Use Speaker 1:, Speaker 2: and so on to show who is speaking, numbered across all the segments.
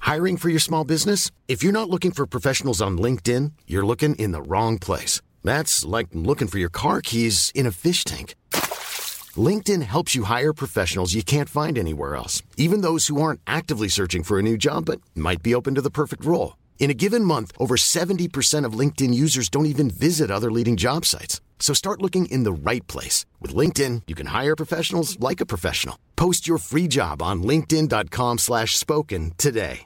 Speaker 1: Hiring for your small business? If you're not looking for professionals on LinkedIn, you're looking in the wrong place. That's like looking for your car keys in a fish tank. LinkedIn helps you hire professionals you can't find anywhere else, even those who aren't actively searching for a new job but might be open to the perfect role. In a given month, over 70% of LinkedIn users don't even visit other leading job sites. So start looking in the right place. With LinkedIn, you can hire professionals like a professional. Post your free job on linkedin.com/spoken today.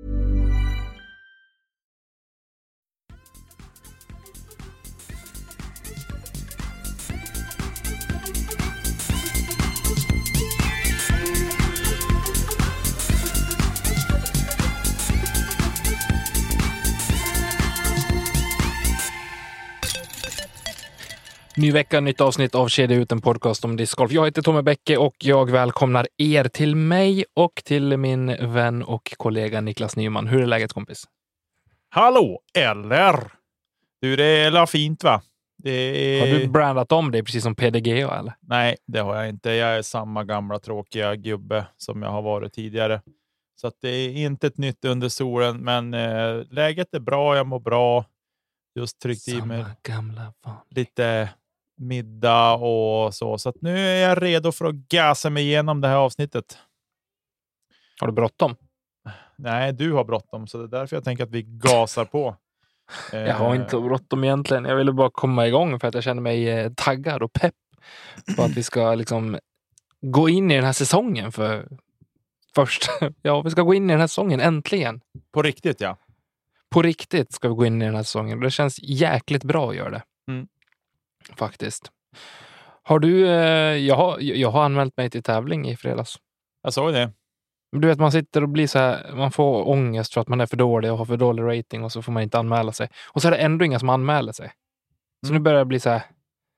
Speaker 2: Ny vecka, nytt avsnitt av Kedja ut, en podcast om discgolf. Jag heter Tommy Bäcke och jag välkomnar er till mig och till min vän och kollega Niklas Nyman. Hur är läget, kompis?
Speaker 3: Hallå, eller? Du, det är fint, va?
Speaker 2: Har du brandat om dig precis som PDGA, eller? Nej,
Speaker 3: det har jag inte. Jag är samma gamla tråkiga gubbe som jag har varit tidigare. Så att det är inte ett nytt under solen, men läget är bra, jag mår bra. Just tryckt i mig lite middag och så. Så att nu är jag redo för att gasa mig igenom det här avsnittet.
Speaker 2: Har du bråttom?
Speaker 3: Nej, du har bråttom. Så det är därför jag tänker att vi gasar på.
Speaker 2: Jag har inte så bråttom egentligen. Jag ville bara komma igång för att jag känner mig taggad och pepp på att vi ska liksom gå in i den här säsongen först. Ja, vi ska gå in i den här säsongen äntligen.
Speaker 3: På riktigt, ja.
Speaker 2: På riktigt ska vi gå in i den här säsongen. Det känns jäkligt bra att göra det. Faktiskt. Har du... Jag har anmält mig till tävling i fredags.
Speaker 3: Jag såg det.
Speaker 2: Du vet, man sitter och blir så här... Man får ångest för att man är för dålig och har för dålig rating och så får man inte anmäla sig. Och så är det ändå inga som anmäler sig. Så nu börjar det bli så här...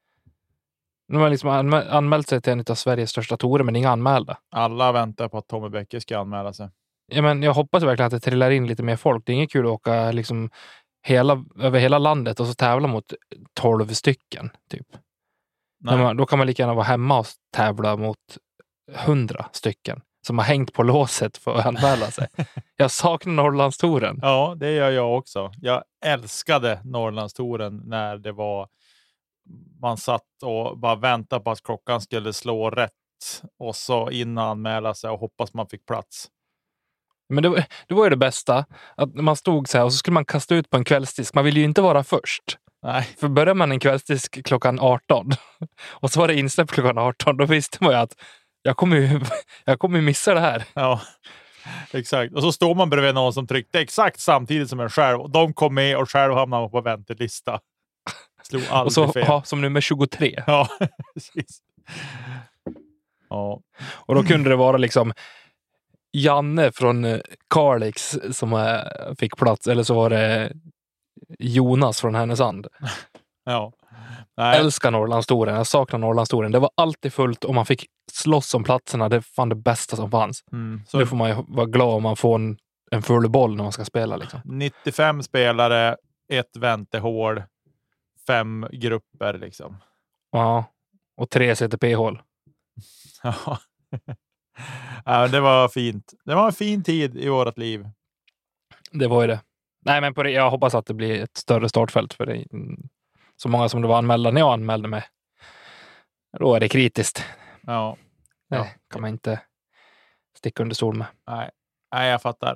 Speaker 2: Nu har man liksom anmält sig till en av Sveriges största torer, men inga anmälda.
Speaker 3: Alla väntar på att Tommy Bäcke ska anmäla sig.
Speaker 2: Ja, men jag hoppas verkligen att det trillar in lite mer folk. Det är inget kul att åka liksom över hela landet och så tävla mot 12 stycken typ. Då kan man lika gärna vara hemma och tävla mot 100 stycken som har hängt på låset för att anmäla sig. Jag saknar Norrlandstouren.
Speaker 3: Ja, det gör jag också. Jag älskade Norrlandstouren när det var... Man satt och bara väntade på att klockan skulle slå rätt och så in och anmäla sig och hoppas man fick plats.
Speaker 2: Men det var ju det bästa. Att man stod så här och så skulle man kasta ut på en kvällsdisk. Man vill ju inte vara först.
Speaker 3: Nej.
Speaker 2: För börjar man en kvällsdisk klockan 18 och så var det insläpp klockan 18, då visste man ju att jag kommer ju missa det här.
Speaker 3: Ja, exakt. Och så står man bredvid någon som tryckte exakt samtidigt som en själv. Och de kom med och själv hamnade på väntelista. Slog aldrig
Speaker 2: och så,
Speaker 3: fel.
Speaker 2: Ja, som nummer 23.
Speaker 3: Ja, precis. Ja.
Speaker 2: Och då kunde det vara liksom Janne från Kalix som fick plats, eller så var det Jonas från Härnösand.
Speaker 3: Ja.
Speaker 2: Jag älskar Norrlandstouren, jag saknar Norrlandstouren. Det var alltid fullt och man fick slåss om platserna. Det fan det bästa som fanns. Så nu får man ju vara glad om man får en full boll när man ska spela. Liksom.
Speaker 3: 95 spelare, ett väntehål, 5 grupper liksom.
Speaker 2: Ja, och 3 CTP-hål.
Speaker 3: Ja. Ja, det var fint. Det var en fin tid i vårt liv.
Speaker 2: Det var ju det. Nej, men jag hoppas att det blir ett större startfält för det. Så många som det var anmälda när jag anmälde mig. Då är det kritiskt.
Speaker 3: Ja.
Speaker 2: Det kan man inte sticka under stol med.
Speaker 3: Nej, jag fattar.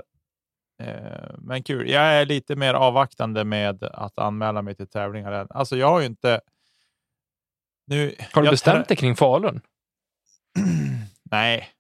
Speaker 3: Men kul. Jag är lite mer avvaktande med att anmäla mig till tävlingar än. Alltså jag har ju inte...
Speaker 2: Har du bestämt dig kring Falun?
Speaker 3: Nej,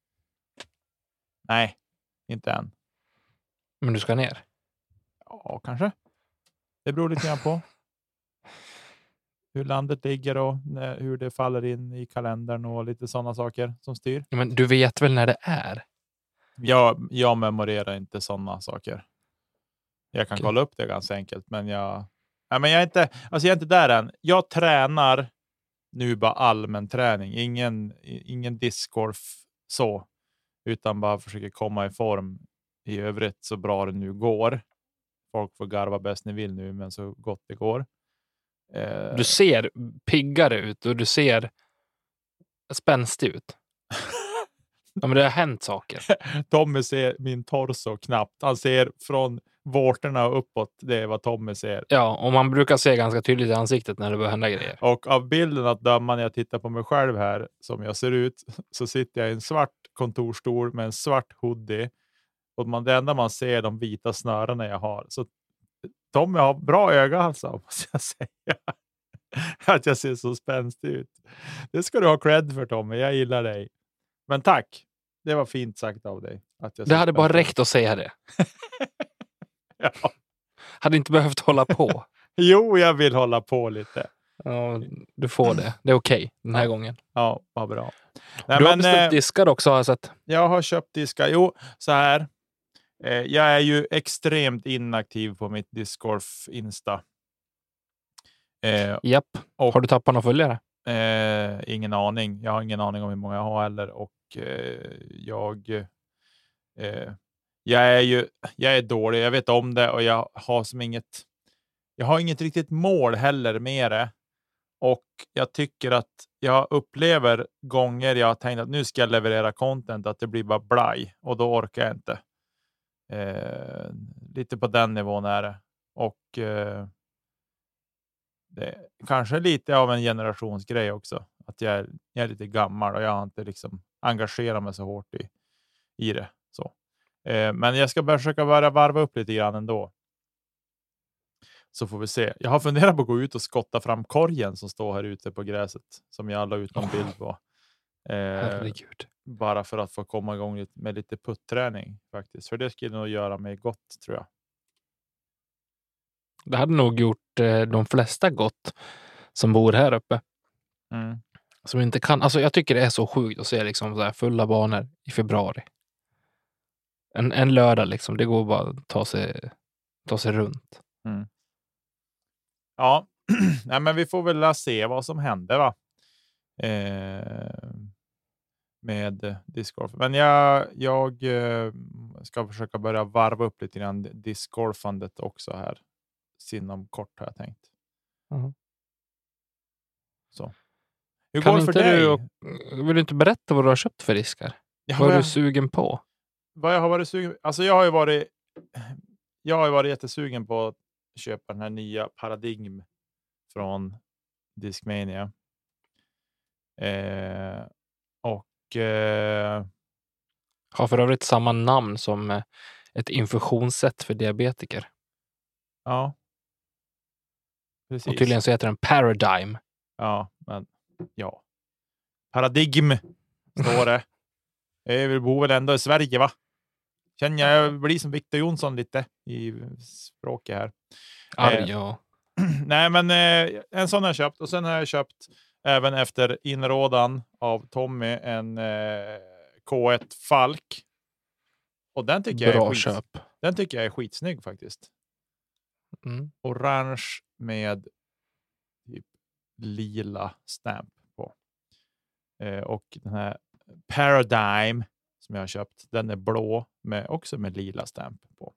Speaker 3: inte än.
Speaker 2: Men du ska ner?
Speaker 3: Ja, kanske. Det beror lite grann på hur landet ligger och hur det faller in i kalendern och lite sådana saker som styr.
Speaker 2: Men du vet väl när det är?
Speaker 3: Jag memorerar inte sådana saker. Jag kan kolla upp det ganska enkelt, men jag är inte där än. Jag tränar nu bara allmän träning. Ingen discgolf så, utan bara försöker komma i form i övrigt så bra det nu går. Folk får garva bäst ni vill nu, men så gott det går.
Speaker 2: Du ser piggare ut och du ser spänstig ut. Ja, men det har hänt saker.
Speaker 3: Tommy ser min torso knappt. Han ser från vårtorna och uppåt. Det är vad Tommy ser.
Speaker 2: Ja, och man brukar se ganska tydligt i ansiktet när det börjar hända grejer.
Speaker 3: Och av bilden att döma när jag tittar på mig själv här, som jag ser ut, så sitter jag i en svart kontorstol med en svart hoodie. Och det enda man ser är de vita snörena jag har. Så Tommy har bra öga alltså, måste jag säga. Att jag ser så spänstig ut. Det ska du ha cred för, Tommy. Jag gillar dig. Men tack. Det var fint sagt av dig. Att jag
Speaker 2: det hade bara räckt att säga det.
Speaker 3: Ja.
Speaker 2: Hade inte behövt hålla på.
Speaker 3: Jo, jag vill hålla på lite.
Speaker 2: Ja, du får det. Det är okej den här gången.
Speaker 3: Ja, vad bra.
Speaker 2: Nej, du har beställt diskar också, har jag sett.
Speaker 3: Jag har köpt diskar. Jo, så här. Jag är ju extremt inaktiv på mitt Discgolf Insta.
Speaker 2: Japp. Har du tappat några följare?
Speaker 3: Ingen aning. Jag har ingen aning om hur många jag har heller. Och jag är dålig. Jag vet om det och jag har inget riktigt mål heller med det. Och jag tycker att jag upplever gånger jag har tänkt att nu ska jag leverera content att det blir bara blaj. Och då orkar jag inte. Lite på den nivån är det. Och det är kanske lite av en generationsgrej också. Att jag är lite gammal och jag har inte liksom engagerat mig så hårt i det. Så. Men jag ska försöka varva upp lite grann ändå. Så får vi se. Jag har funderat på att gå ut och skotta fram korgen som står här ute på gräset. Som jag la ut någon bild på.
Speaker 2: Herregud.
Speaker 3: Bara för att få komma igång med lite putträning faktiskt. För det skulle nog göra mig gott, tror jag.
Speaker 2: Det hade nog gjort de flesta gott som bor här uppe.
Speaker 3: Mm.
Speaker 2: Som inte kan. Alltså jag tycker det är så sjukt att se liksom så här fulla banor i februari. En lördag liksom. Det går bara att ta sig runt.
Speaker 3: Mm. Ja, nej, men vi får väl se vad som händer, va? Med discgolf. Men jag ska försöka börja varva upp lite grann discgolfandet också här. Sinom kort har jag tänkt.
Speaker 2: Mm.
Speaker 3: Så. Hur
Speaker 2: Kan
Speaker 3: går det för dig?
Speaker 2: Vill du inte berätta vad du har köpt för diskar? Vad är du sugen på?
Speaker 3: Vad jag har varit sugen. Alltså jag har ju varit jättesugen på att köpa den här nya Paradigm från Discmania.
Speaker 2: Har för övrigt samma namn som ett infusionssätt för diabetiker.
Speaker 3: Ja. Precis.
Speaker 2: Och tydligen så heter den Paradigm.
Speaker 3: Ja, men ja. Paradigm står det. Vi bor väl ändå i Sverige, va? Känner jag blir som Victor Jonsson lite i språket här.
Speaker 2: Ja.
Speaker 3: Nej, men en sån har jag köpt. Och sen har jag köpt även efter inrådan av Tommy en K1 Falk. Och den tycker
Speaker 2: Bra köp.
Speaker 3: Den tycker jag är skitsnygg faktiskt.
Speaker 2: Mm.
Speaker 3: Orange med typ lila stamp på. Och den här Paradigm som jag har köpt, den är blå också med lila stamp på.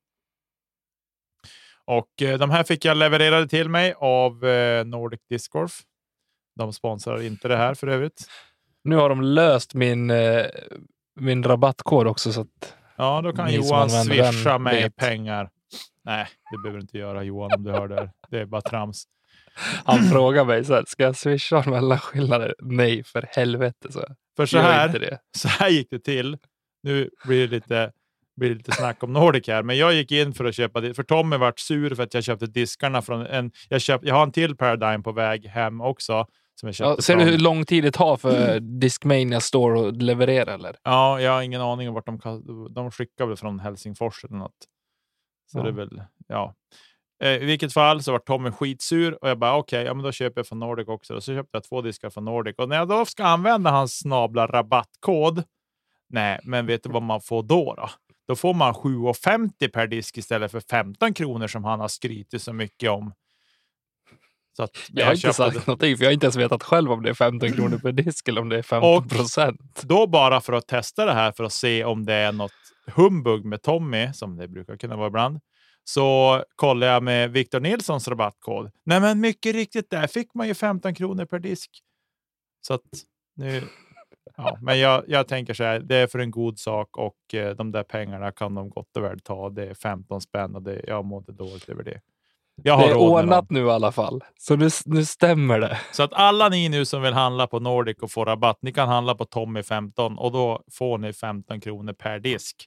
Speaker 3: Och de här fick jag levererade till mig av Nordic Disc Golf. De sponsrar inte det här för övrigt.
Speaker 2: Nu har de löst min rabattkod också. Så att
Speaker 3: ja, då kan Johan swisha mig pengar. Nej, det behöver du inte göra, Johan, om du hör det. Det är bara trams.
Speaker 2: Han frågar mig så här, ska jag swisha mellanskillnader? Nej, för helvete.
Speaker 3: För så här gick det till. Nu blir det lite snack om Nordic här. Men jag gick in för att köpa det. För Tommy vart sur för att jag köpte diskarna från jag har en till Paradigm på väg hem också. Som jag köpte
Speaker 2: ser du hur lång tid det tar för Discmania Store att leverera, eller?
Speaker 3: Ja, jag har ingen aning om vart de skickar väl från Helsingfors eller något. Så det är väl, ja. I vilket fall så var Tommy skitsur och jag bara okej, ja men då köper jag från Nordic också. Och så köpte jag 2 diskar från Nordic. Och när jag då ska använda hans snabla rabattkod, nej, men vet du vad man får då? Då får man 7,50 per disk istället för 15 kronor som han har skrytit så mycket om. Så att
Speaker 2: jag har inte sagt någonting, för jag har inte ens vetat själv om det är 15 kronor per disk eller om det är 15%.
Speaker 3: Då bara för att testa det här, för att se om det är något humbug med Tommy, som det brukar kunna vara ibland, så kollar jag med Victor Nilssons rabattkod. Nej, men mycket riktigt, där fick man ju 15 kronor per disk. Så att nu Ja, men jag tänker så här, det är för en god sak och de där pengarna kan de gott och väl ta. Det är 15 spänn och jag mår inte dåligt över det. Jag har
Speaker 2: Det är
Speaker 3: råd med
Speaker 2: ordnat
Speaker 3: dem.
Speaker 2: nu i alla fall. Så nu stämmer det.
Speaker 3: Så att alla ni nu som vill handla på Nordic och få rabatt, ni kan handla på Tommy 15 och då får ni 15 kronor per disk.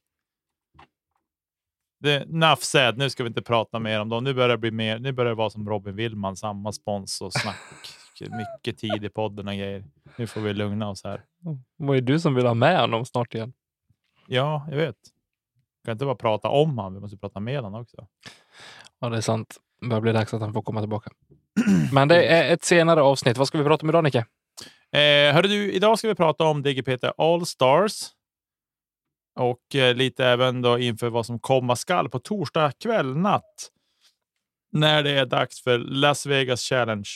Speaker 3: Enough said, nu ska vi inte prata mer om dem. Nu börjar det vara som Robin Willman, samma spons och snack. Mycket tid i podden och grejer. Nu får vi lugna oss här.
Speaker 2: Vad är du som vill ha med honom snart igen?
Speaker 3: Ja, jag vet. Kan inte bara prata om han, vi måste prata med honom också.
Speaker 2: Ja, det är sant. Det börjar bli dags att han får komma tillbaka. Men det är ett senare avsnitt. Vad ska vi prata om idag, Nicke?
Speaker 3: Hörru du, idag ska vi prata om DGPT All Stars. Och lite även då inför vad som komma skall på torsdag kväll natt. När det är dags för Las Vegas Challenge.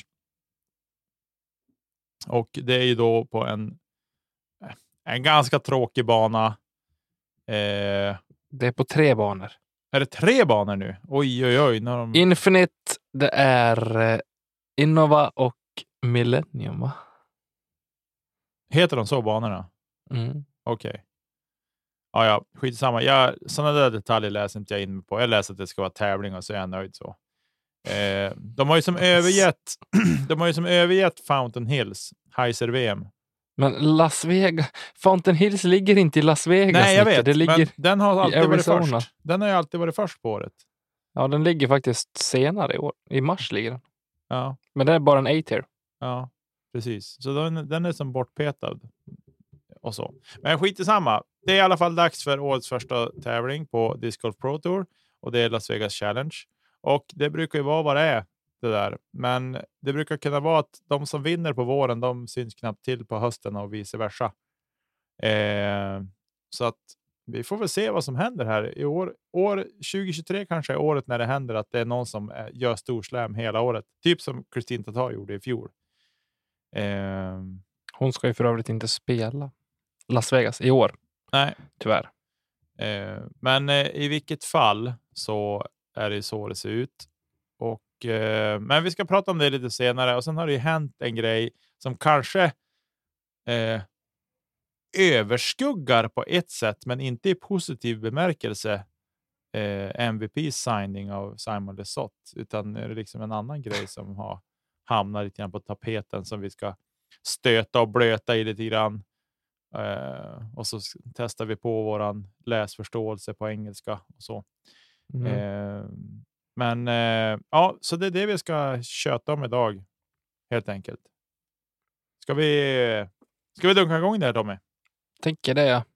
Speaker 3: Och det är ju då på en ganska tråkig bana.
Speaker 2: Det är på 3 banor.
Speaker 3: Är det 3 banor nu? Oj.
Speaker 2: Infinite, det är Innova och Millennium, va?
Speaker 3: Heter de så, banorna?
Speaker 2: Mm.
Speaker 3: Okej. Ja, skitsamma. Sådana där detaljer läser inte jag in på. Jag läser att det ska vara tävling och så är jag nöjd så. De har ju som övergett Fountain Hills, Heiser VM.
Speaker 2: Men Las Vegas, Fountain Hills ligger inte i Las Vegas.
Speaker 3: Nej, jag vet.
Speaker 2: Det ligger
Speaker 3: men den har alltid varit
Speaker 2: Arizona.
Speaker 3: först. Den har ju alltid varit först på året.
Speaker 2: Ja, den ligger faktiskt senare i år. I mars ligger den.
Speaker 3: Ja.
Speaker 2: Men det är bara en A-tier.
Speaker 3: Ja, precis. Så den är som bortpetad. Och så. Men skit i samma. Det är i alla fall dags för årets första tävling på Disc Golf Pro Tour. Och det är Las Vegas Challenge. Och det brukar ju vara vad det är. Det där. Men det brukar kunna vara att de som vinner på våren, de syns knappt till på hösten och vice versa. Så att vi får väl se vad som händer här. I år 2023 kanske är året när det händer att det är någon som gör storslam hela året. Typ som Kristin Tatar gjorde i fjol.
Speaker 2: Hon ska ju för övrigt inte spela Las Vegas i år.
Speaker 3: Nej.
Speaker 2: Tyvärr.
Speaker 3: Men i vilket fall så är det så det ser ut. Och, men vi ska prata om det lite senare. Och sen har det ju hänt en grej som kanske överskuggar på ett sätt, men inte i positiv bemärkelse MVP signing av Simon Lesoth, utan är det liksom en annan grej som har hamnat lite grann på tapeten som vi ska stöta och blöta i lite grann. Och så testar vi på våran läsförståelse på engelska och så. Men ja, så det är det vi ska köta om idag helt enkelt. Ska vi dunka igång där, Tommy?
Speaker 2: Tänker det, ja.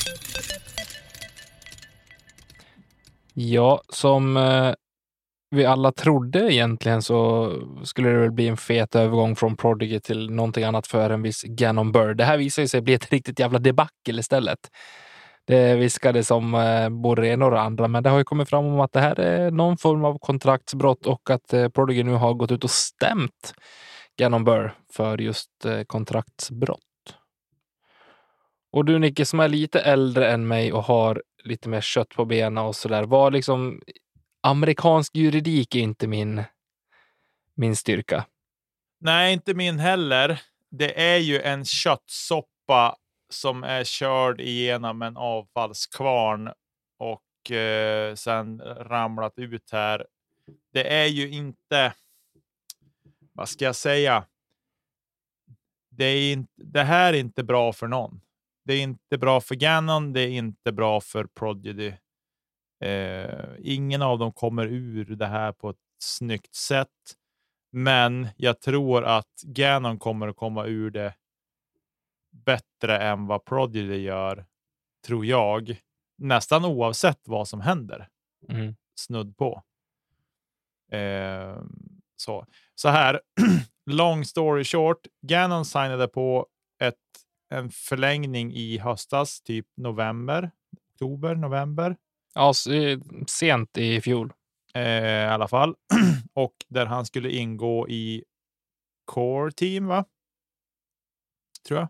Speaker 2: Ja, som vi alla trodde egentligen så skulle det väl bli en fet övergång från Prodigy till någonting annat för en viss Gannon Buhr. Det här visar sig bli ett riktigt jävla debacle istället. Det viskade som både det ena och det andra, men det har ju kommit fram om att det här är någon form av kontraktsbrott och att Prodigy nu har gått ut och stämt Gannon Buhr för just kontraktsbrott. Och du, Nicke, som är lite äldre än mig och har lite mer kött på benen och sådär, var liksom amerikansk juridik är inte min styrka.
Speaker 3: Nej, inte min heller. Det är ju en köttsoppa som är körd igenom en avfallskvarn och sen ramlat ut här. Det är ju inte, vad ska jag säga? Det här är inte bra för någon. Det är inte bra för Gannon, det är inte bra för Prodigy. Ingen av dem kommer ur det här på ett snyggt sätt. Men jag tror att Gannon kommer att komma ur det bättre än vad Prodigy gör, tror jag. Nästan oavsett vad som händer. Snudd på. Så här. Long story short. Gannon signade på en förlängning i höstas, typ oktober, november.
Speaker 2: Ja, sent i fjol.
Speaker 3: I alla fall. Och där han skulle ingå i Core Team, va? Tror jag.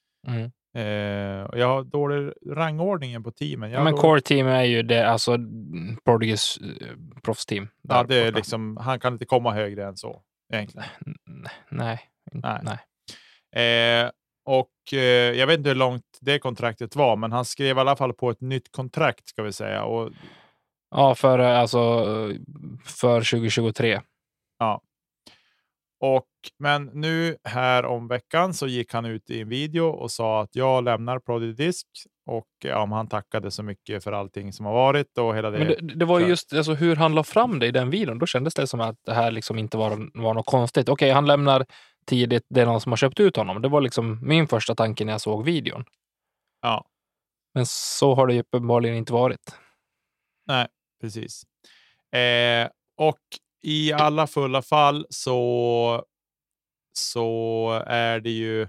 Speaker 3: Jag har dålig rangordningen på teamen.
Speaker 2: Men Core Team är ju det, alltså Prodigys proffsteam.
Speaker 3: Ja, det är liksom, han kan inte komma högre än så egentligen.
Speaker 2: Nej.
Speaker 3: Och jag vet inte hur långt det kontraktet var, men han skrev i alla fall på ett nytt kontrakt ska vi säga. Och,
Speaker 2: Ja, för 2023.
Speaker 3: ja. Men nu här om veckan så gick han ut i en video och sa att jag lämnar Prodigy Disc och han tackade så mycket för allting som har varit och hela det.
Speaker 2: Men det var ju just alltså, hur han la fram det i den videon. Då kändes det som att det här liksom inte var något konstigt. Okej, han lämnar tidigt, det är någon som har köpt ut honom. Det var liksom min första tanke när jag såg videon.
Speaker 3: Ja.
Speaker 2: Men så har det ju uppenbarligen inte varit.
Speaker 3: Nej, precis. Och i alla fulla fall så är det ju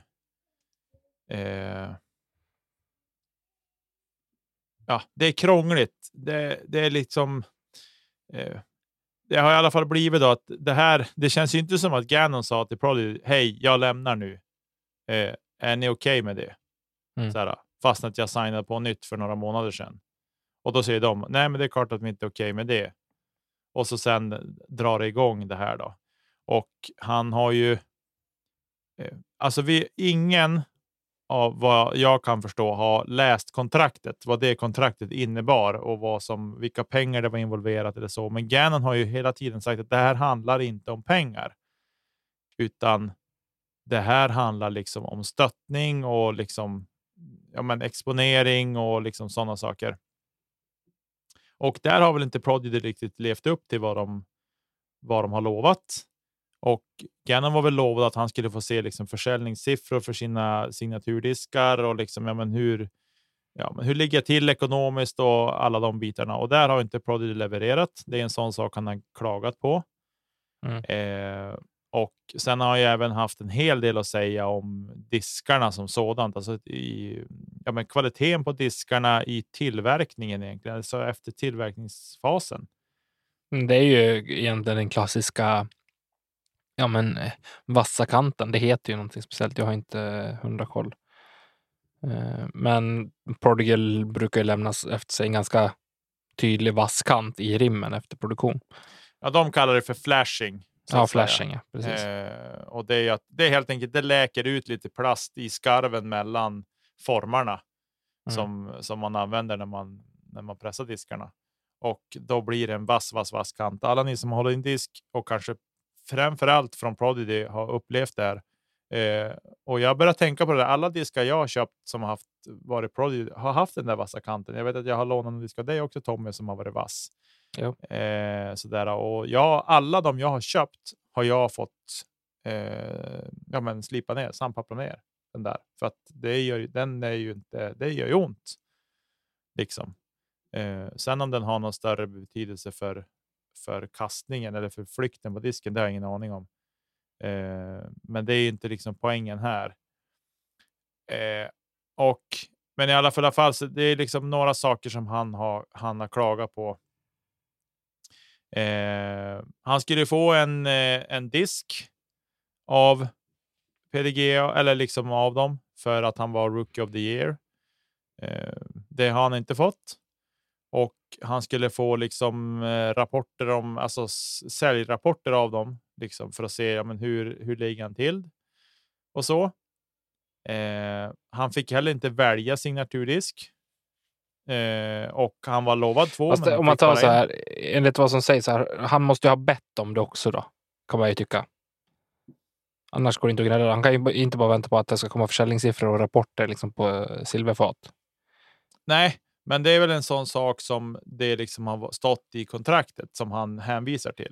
Speaker 3: det är krångligt. Det är liksom det har i alla fall blivit då att det känns ju inte som att Ganon sa till Prodigy, hej, jag lämnar nu. Är ni okej med det? Såhär, fast att jag signade på nytt för några månader sedan. Och då säger de, nej men det är klart att vi inte är okej med det. Och så sen drar det igång det här då. Och han har ju alltså ingen av vad jag kan förstå har läst kontraktet, vad det kontraktet innebar och vilka pengar det var involverat eller så. Men Ganon har ju hela tiden sagt att det här handlar inte om pengar. Utan det här handlar liksom om stöttning och liksom exponering och liksom sådana saker. Och där har väl inte Prodigy riktigt levt upp till vad de har lovat. Och Ganon var väl lovad att han skulle få se liksom försäljningssiffror för sina signaturdiskar och liksom, hur ligger jag till ekonomiskt och alla de bitarna. Och där har inte Prodigy levererat. Det är en sån sak han har klagat på. Och sen har jag även haft en hel del att säga om diskarna som sådant. Alltså kvaliteten på diskarna i tillverkningen egentligen. Alltså efter tillverkningsfasen.
Speaker 2: Det är ju egentligen den klassiska vassa kanten. Det heter ju någonting speciellt. Jag har inte 100 koll. Men Prodigy brukar ju lämnas efter sig en ganska tydlig vasskant i rimmen efter produktion.
Speaker 3: Ja, de kallar det för flashing.
Speaker 2: Ja, flashing, ja, precis.
Speaker 3: Och det är helt enkelt, det läker ut lite plast i skarven mellan formarna som man använder när man pressar diskarna. Och då blir det en vass kant. Alla ni som håller in disk och kanske framförallt från Prodigy har upplevt det här. Och jag börjar tänka på det där. Alla diskar jag har köpt som har varit Prodigy har haft den där vassa kanten. Jag vet att jag har lånat en disk av dig också, Tommy, som har varit vass.
Speaker 2: Jo.
Speaker 3: Sådär. Och alla de jag har köpt har jag fått slipa ner, sandpappra ner den där. För att det gör ju ont. Liksom. Sen om den har någon större betydelse för kastningen eller för flykten på disken, det har jag ingen aning om. Men det är inte liksom poängen här. Men i alla fall så det är liksom några saker som han har klagat på. Han skulle få en disk av PDGA eller liksom av dem för att han var Rookie of the Year. Det har han inte fått. Och han skulle få liksom rapporter om, alltså säljrapporter av dem liksom för att se hur ligger han till och så. Han fick heller inte välja signaturdisk. Och han var lovad 2.
Speaker 2: Fast om man tar så här, enligt vad som sägs här, han måste ju ha bett om det också då, kan man ju tycka. Annars går det inte att gnälla. Han kan ju inte bara vänta på att det ska komma försäljningssiffror och rapporter liksom på silverfat. Nej,
Speaker 3: men det är väl en sån sak som det liksom har stått i kontraktet som han hänvisar till.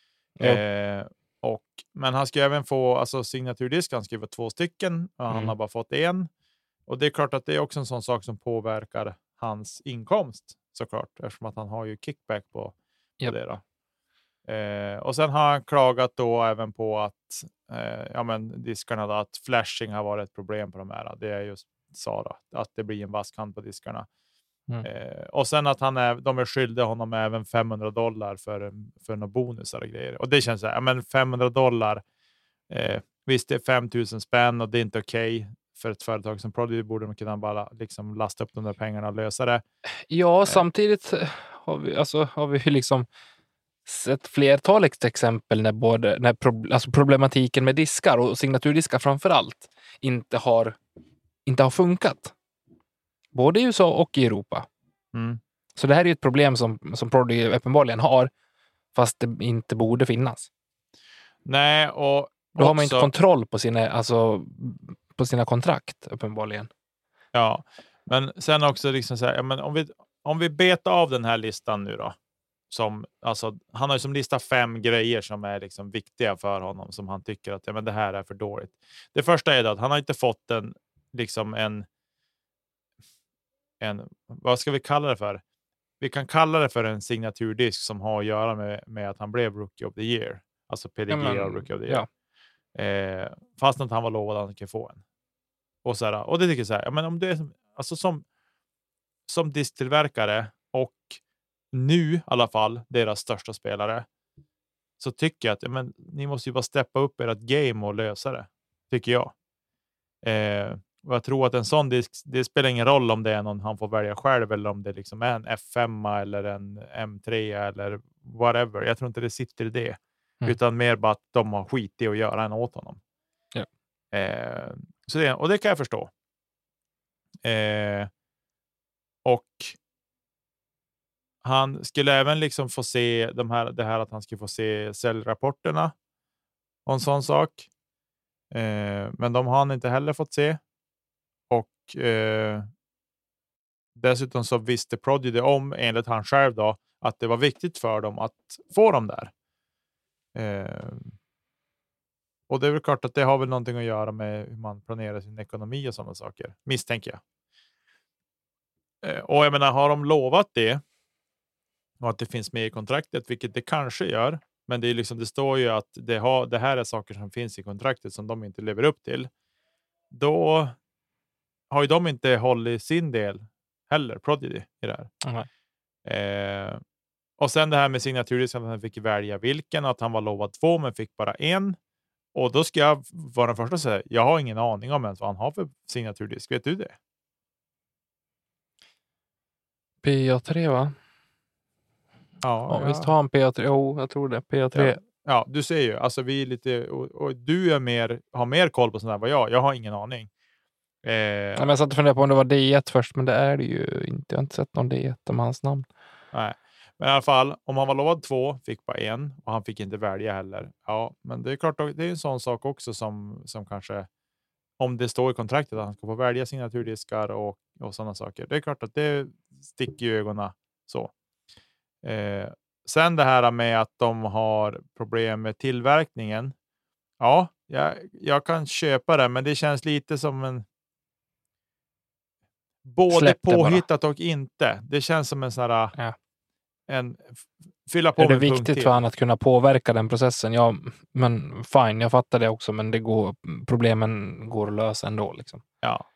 Speaker 3: Men han ska även få, alltså signaturdisk, han ska få 2 stycken och han har bara fått 1. Och det är klart att det är också en sån sak som påverkar hans inkomst såklart, eftersom att han har ju kickback på det då. Och sen har han klagat då även på att diskarna då, att flashing har varit ett problem på de här. Det är just sa då, att det blir en vasskant på diskarna. Och sen att de är skyldiga honom även $500 för några bonusar och grejer. Och det känns så här, men $500, visst det är 5,000 spänn och det är inte okej. För ett företag som Prodigy borde man kunna bara liksom lasta upp de där pengarna och lösa det.
Speaker 2: Ja, samtidigt har vi liksom sett flertalet exempel när problematiken med diskar och signaturdiskar framför allt inte har inte har funkat. Både i USA och i Europa. Så det här är ju ett problem som Prodigy uppenbarligen har, fast det inte borde finnas.
Speaker 3: Nej, och
Speaker 2: då har man inte kontroll på sina kontrakt uppenbarligen.
Speaker 3: Ja, men sen också liksom så här, ja, men om vi betar av den här listan nu då, som alltså han har ju som lista 5 grejer som är liksom viktiga för honom, som han tycker att ja, men det här är för dåligt. Det första är då att han har inte fått en vad ska vi kalla det för? Vi kan kalla det för en signaturdisk som har att göra med att han blev Rookie of the Year. Alltså PDG och Rookie of the Year. Ja. Fast att han var lovad att han kan få en. Och, så här, och det tycker jag så här, ja, men om du är alltså som disktillverkare och nu i alla fall deras största spelare, så tycker jag att ja, men, ni måste ju bara steppa upp ert game och lösa det, tycker jag. Och jag tror att en sån disk, det spelar ingen roll om det är någon han får välja själv eller om det liksom är en F5 eller en M3 eller whatever. Jag tror inte det sitter i det. Utan mer bara att de har skit i att göra en åt honom.
Speaker 2: Ja.
Speaker 3: Och det kan jag förstå. Och han skulle även liksom få se det här att han skulle få se säljrapporterna och en sån sak. Men de har han inte heller fått se. Och dessutom så visste Prodigy om, enligt han själv då, att det var viktigt för dem att få dem där. Och det är väl klart att det har väl någonting att göra med hur man planerar sin ekonomi och sådana saker, misstänker jag. Och jag menar, har de lovat det och att det finns med i kontraktet, vilket det kanske gör, men det är liksom, det står ju att det här är saker som finns i kontraktet som de inte lever upp till, då har ju de inte hållit sin del heller, Prodigy, i det här. Och sen det här med signaturdisk, att han fick välja vilken, att han var lovad 2 men fick bara 1. Och då ska jag vara den första att säga, jag har ingen aning om ens vad han har för signaturdisk. Vet du det?
Speaker 2: PA3, va? Ja, visst har han PA3. Jo, jag tror det. PA3.
Speaker 3: Ja, du ser ju. Alltså vi är lite... Och du har mer koll på sånt här vad jag har ingen aning.
Speaker 2: Men jag satt och funderade på om det var D1 först, men det är det ju inte. Jag har inte sett någon D1 med hans namn.
Speaker 3: Nej. Men i alla fall, om han var lovad 2, fick bara 1 och han fick inte välja heller. Ja, men det är klart, det är en sån sak också som kanske, om det står i kontraktet att han ska få välja sina naturdiskar och sådana saker. Det är klart att det sticker i ögonen så. Sen det här med att de har problem med tillverkningen. Ja, jag kan köpa det, men det känns lite som en både påhittat och inte. Det känns som en sån här fylla på.
Speaker 2: Är det viktigt för han att kunna påverka den processen? Ja, men fine, jag fattar det också, men problemen går att lösa ändå liksom.
Speaker 3: Ja.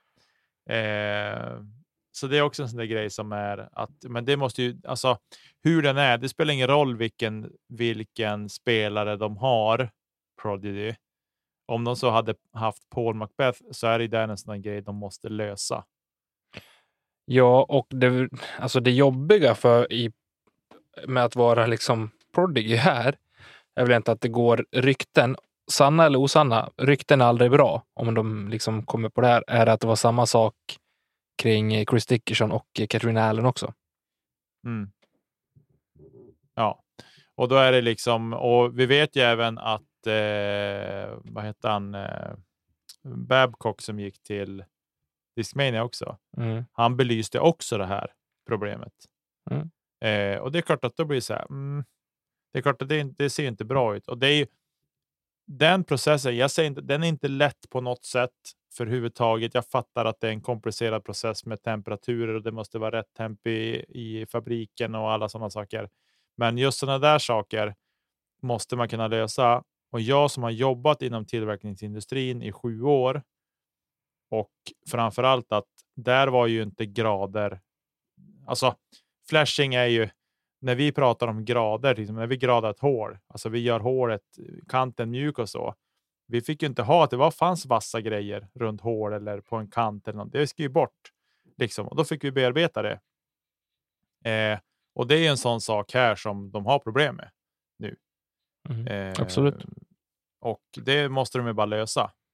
Speaker 3: Så det är också en sån där grej som är att, men det måste ju, alltså hur den är, det spelar ingen roll vilken spelare de har, Prodigy. Om de så hade haft Paul Macbeth, så är det där en sån grej de måste lösa.
Speaker 2: Ja, och det jobbiga med att vara liksom Prodigy här är väl inte att det går rykten, sanna eller osanna. Rykten är aldrig bra om de liksom kommer på det här. Är att det var samma sak kring Chris Dickerson och Katrina Allen också.
Speaker 3: Mm. Ja, och då är det liksom, och vi vet ju även att vad heter han, Babcock som gick till Discmania också. Han belyste också det här problemet. Och det är klart att då blir det så här, det är klart att det ser inte bra ut. Och det är ju den processen, jag säger inte, den är inte lätt på något sätt för huvudtaget. Jag fattar att det är en komplicerad process med temperaturer och det måste vara rätt temp i fabriken och alla sådana saker. Men just sådana där saker måste man kunna lösa. Och jag som har jobbat inom tillverkningsindustrin i 7 år, och framförallt att där var ju inte grader, alltså flashing är ju, när vi pratar om grader, liksom, när vi gradar ett hål, alltså vi gör hålet, kanten mjuk och så. Vi fick ju inte ha att det fanns vassa grejer runt hål eller på en kant eller något. Det ska ju bort liksom, och då fick vi bearbeta det. Och det är en sån sak här som de har problem med nu.
Speaker 2: Absolut.
Speaker 3: Och det måste de ju bara lösa.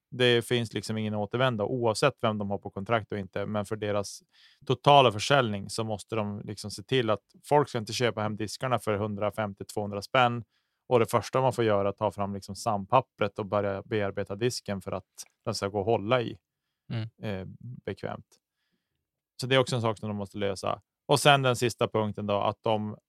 Speaker 3: Det finns liksom ingen återvända oavsett vem de har på kontrakt och inte. Men för deras totala försäljning så måste de liksom se till att folk ska inte köpa hem diskarna för 150-200 spänn. Och det första man får göra är att ta fram liksom sandpappret och börja bearbeta disken för att den ska gå att hålla i bekvämt. Så det är också en sak som de måste lösa. Och sen den sista punkten då, att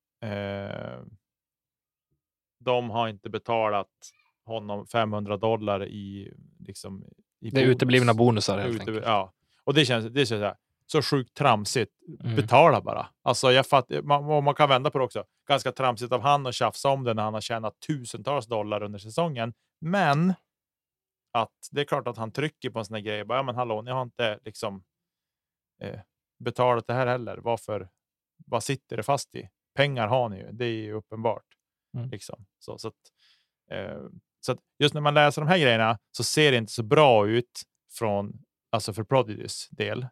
Speaker 3: de har inte betalat honom $500 i liksom i
Speaker 2: det är uteblivna bonusar helt enkelt.
Speaker 3: Ja, och det känns så sjukt tramsigt. Betala bara. Alltså jag fattar, man kan vända på det också. Ganska tramsigt av han att tjafsa om det när han har tjänat tusentals dollar under säsongen. Men att det är klart att han trycker på en sån här grej. Bara, ja, men hallå, ni har inte liksom betalat det här heller. Vad sitter det fast i? Pengar har ni ju. Det är ju uppenbart. Liksom. Så att just när man läser de här grejerna så ser det inte så bra ut alltså för Prodigys del.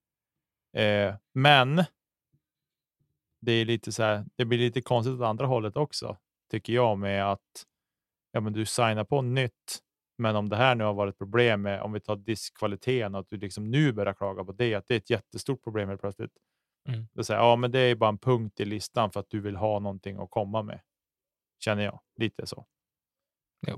Speaker 3: Men det är lite så här, det blir lite konstigt åt andra hållet också, tycker jag, med att men du signar på nytt, men om det här nu har varit problem med, om vi tar diskkvaliteten, att du liksom nu börjar klaga på det, att det är ett jättestort problem helt plötsligt. Det säger men det är bara en punkt i listan för att du vill ha någonting att komma med, känner jag lite så.
Speaker 2: Jo.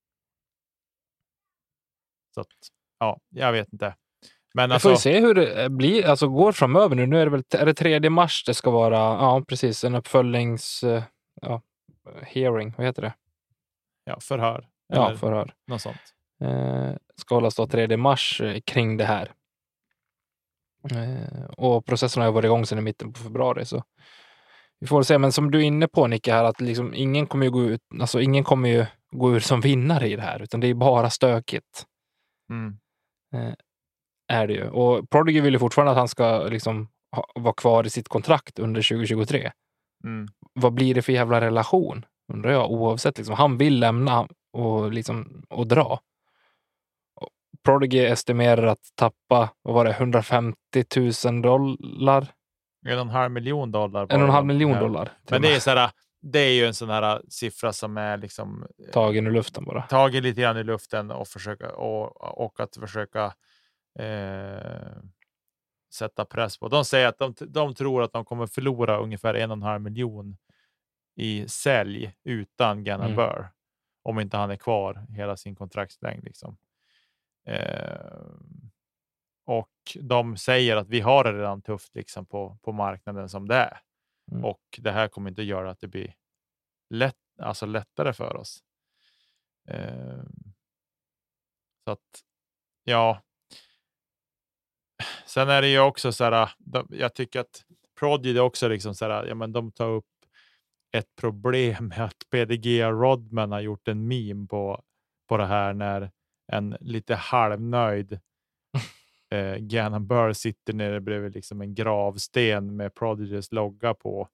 Speaker 3: Så att, jag vet inte. Men
Speaker 2: jag får ju se hur det blir, alltså går framöver nu. Nu är det väl, är det 3 mars det ska vara, precis, en uppföljnings hearing, vad heter det?
Speaker 3: Ja, förhör.
Speaker 2: Ja, förhör.
Speaker 3: Något sånt.
Speaker 2: Ska hållas då 3 mars kring det här. Och processen har varit igång sedan i mitten på februari, så vi får se. Men som du är inne på, Nicke, här, att liksom ingen kommer ju gå ut som vinnare i det här, utan det är bara stökigt. Är det ju. Och Prodigy vill ju fortfarande att han ska liksom vara kvar i sitt kontrakt under 2023. Vad blir det för jävla relation? Undrar jag, oavsett liksom. Han vill lämna och dra. Och Prodigy estimerar att tappa, vad var det, $150,000?
Speaker 3: $1,5 miljon.
Speaker 2: $1,5 miljon.
Speaker 3: Men det är så här, det är ju en sån här siffra som är liksom
Speaker 2: tagen ur luften bara.
Speaker 3: Tagen lite grann i luften och försöka och att försöka sätta press på. De säger att de tror att de kommer förlora ungefär 1,5 miljon i sälj utan Gannon Buhr, om inte han är kvar hela sin kontraktslängd liksom. Och de säger att vi har det redan tufft liksom på marknaden som det är. Och det här kommer inte att göra att det blir lättare för oss. Så att sen är det ju också så här, jag tycker att Prodigy också liksom så här, men de tar upp ett problem med att PDG Rodman har gjort en meme på det här, när en lite halvnöjd Gannon Buhr sitter nere bredvid liksom en gravsten med Prodigys logga på.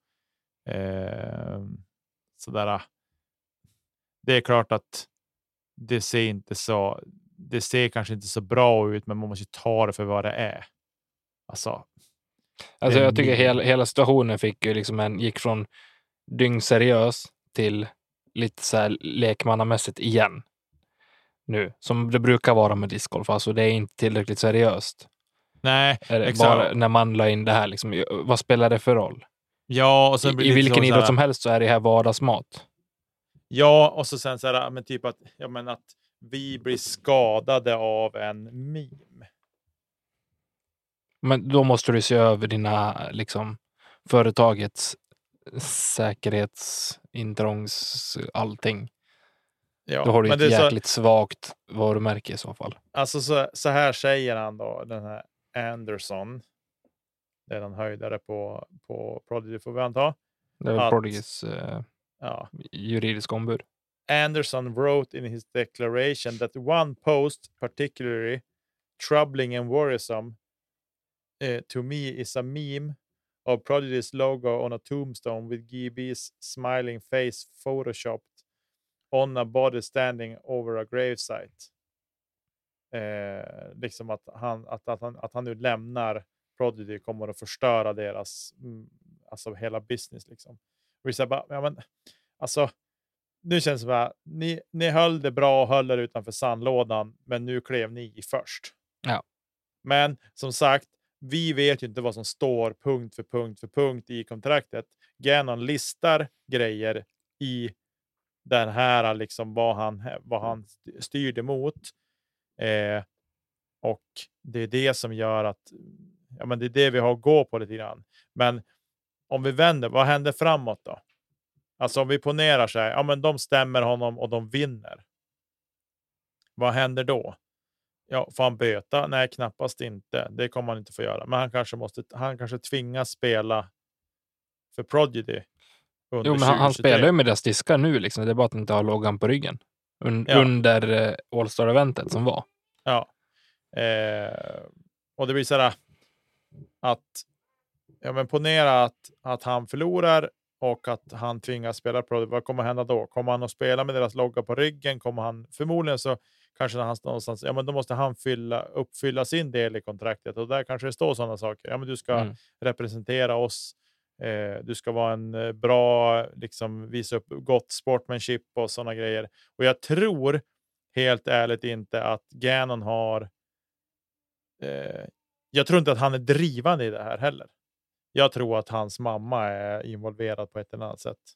Speaker 3: Sådär. Det är klart att det ser kanske inte så bra ut, men man måste ta det för vad det är. Alltså
Speaker 2: jag tycker hela situationen fick ju liksom gick från dyngseriös till lite så här lekmannamässigt igen. Nu, som det brukar vara med discgolf, alltså det är inte tillräckligt seriöst.
Speaker 3: Nej,
Speaker 2: exakt. Bara när man la in det här liksom, vad spelar det för roll?
Speaker 3: Ja, och sen
Speaker 2: i vilken idrott som helst så är det här vardagsmat.
Speaker 3: Ja, och så sen så här, men typ att vi blir skadade av en meme.
Speaker 2: Men då måste du se över dina liksom företagets säkerhetsintrångs allting. Ja, då har du ett jäkligt svagt varumärke i så fall.
Speaker 3: Alltså så här säger han då, den här Anderson. Det är en höjdare på Prodigy, får vi anta.
Speaker 2: Det är väl Prodigys juridiska ombud.
Speaker 3: Anderson wrote in his declaration that one post particularly troubling and worrisome to me is a meme of Prodigy's logo on a tombstone with GB's smiling face photoshopped on a body standing over a gravesite. Liksom att han nu lämnar Prodigy kommer att förstöra deras alltså hela business liksom. Och så bara, alltså nu känns det bara, ni höll det bra och höll er utanför sandlådan, men nu klev ni i först.
Speaker 2: Ja.
Speaker 3: Men som sagt, vi vet ju inte vad som står punkt för punkt i kontraktet. Gannon listar grejer i den här, liksom vad han styrde mot. Och det är det som gör att men det är det vi har att gå på lite grann. Men om vi vänder, vad händer framåt då? Alltså om vi ponerar sig, men de stämmer honom och de vinner. Vad händer då? Ja, får han böta? Nej, knappast inte. Det kommer han inte få göra. Men han kanske tvingas spela för Prodigy.
Speaker 2: Jo, men han spelar ju med deras diskar nu liksom. Det är bara att han inte har loggan på ryggen. Under All-Star-eventet som var. Ja.
Speaker 3: Och det blir så här att ponera att han förlorar och att han tvingas spela Prodigy. Vad kommer hända då? Kommer han att spela med deras logga på ryggen? Kommer han förmodligen så kanske när han någonstans, då måste han uppfylla sin del i kontraktet, och där kanske det står sådana saker. Men du ska representera oss. Du ska vara en bra, liksom visa upp gott sportmanship och sådana grejer. Och jag tror helt ärligt inte att Gannon har jag tror inte att han är drivande i det här heller. Jag tror att hans mamma är involverad på ett eller annat sätt.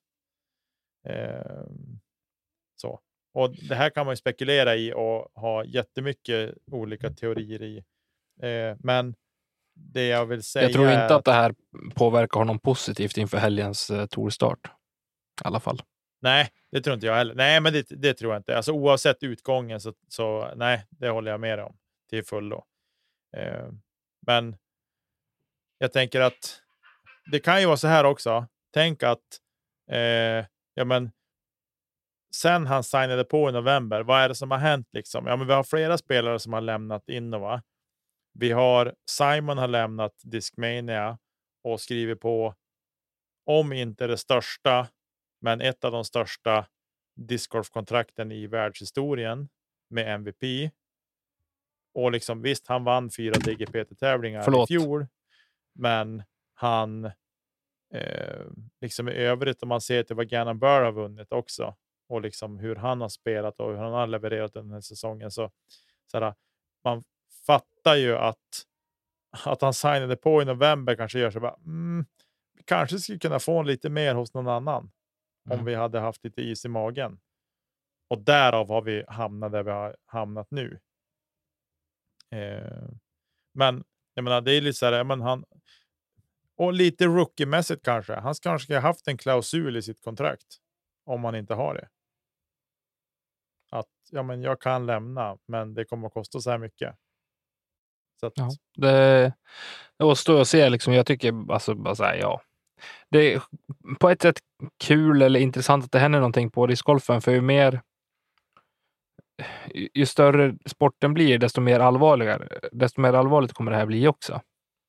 Speaker 3: Så. Och det här kan man ju spekulera i och ha jättemycket olika teorier i. Men det jag vill säga,
Speaker 2: jag tror inte att det här påverkar honom positivt inför helgens tourstart. I alla fall.
Speaker 3: Nej, det tror inte jag heller. Nej, men det tror jag inte. Alltså oavsett utgången så nej, det håller jag med om till fullo. Men jag tänker att det kan ju vara så här också. Tänk att sen han signade på i november, vad är det som har hänt liksom? Ja, men vi har flera spelare som har lämnat Innova. Vi har Simon har lämnat Discmania och skriver på, om inte det största, men ett av de största discgolf-kontrakten i världshistorien med MVP. Och liksom visst, han vann 4 DGPT-tävlingar i fjol, men han liksom i övrigt, om man ser till vad Gannon Buhr har vunnit också och liksom hur han har spelat och hur han har levererat den här säsongen, så här, man fattar ju att han signade på i november kanske gör så bara, vi kanske skulle kunna få lite mer hos någon annan om vi hade haft lite is i magen. Och därav har vi hamnat där vi har hamnat nu. Men jag menar, det är lite så här, men han och lite rookie-mässigt kanske. Han kanske ska ha haft en klausul i sitt kontrakt om han inte har det. Att jag kan lämna, men det kommer att kosta så här mycket. Så att...
Speaker 2: Ja, det återstår att se liksom. Jag tycker alltså bara så här, ja. Det är på ett sätt kul eller intressant att det händer någonting på discgolfen, för ju större sporten blir, desto mer allvarligt kommer det här bli också.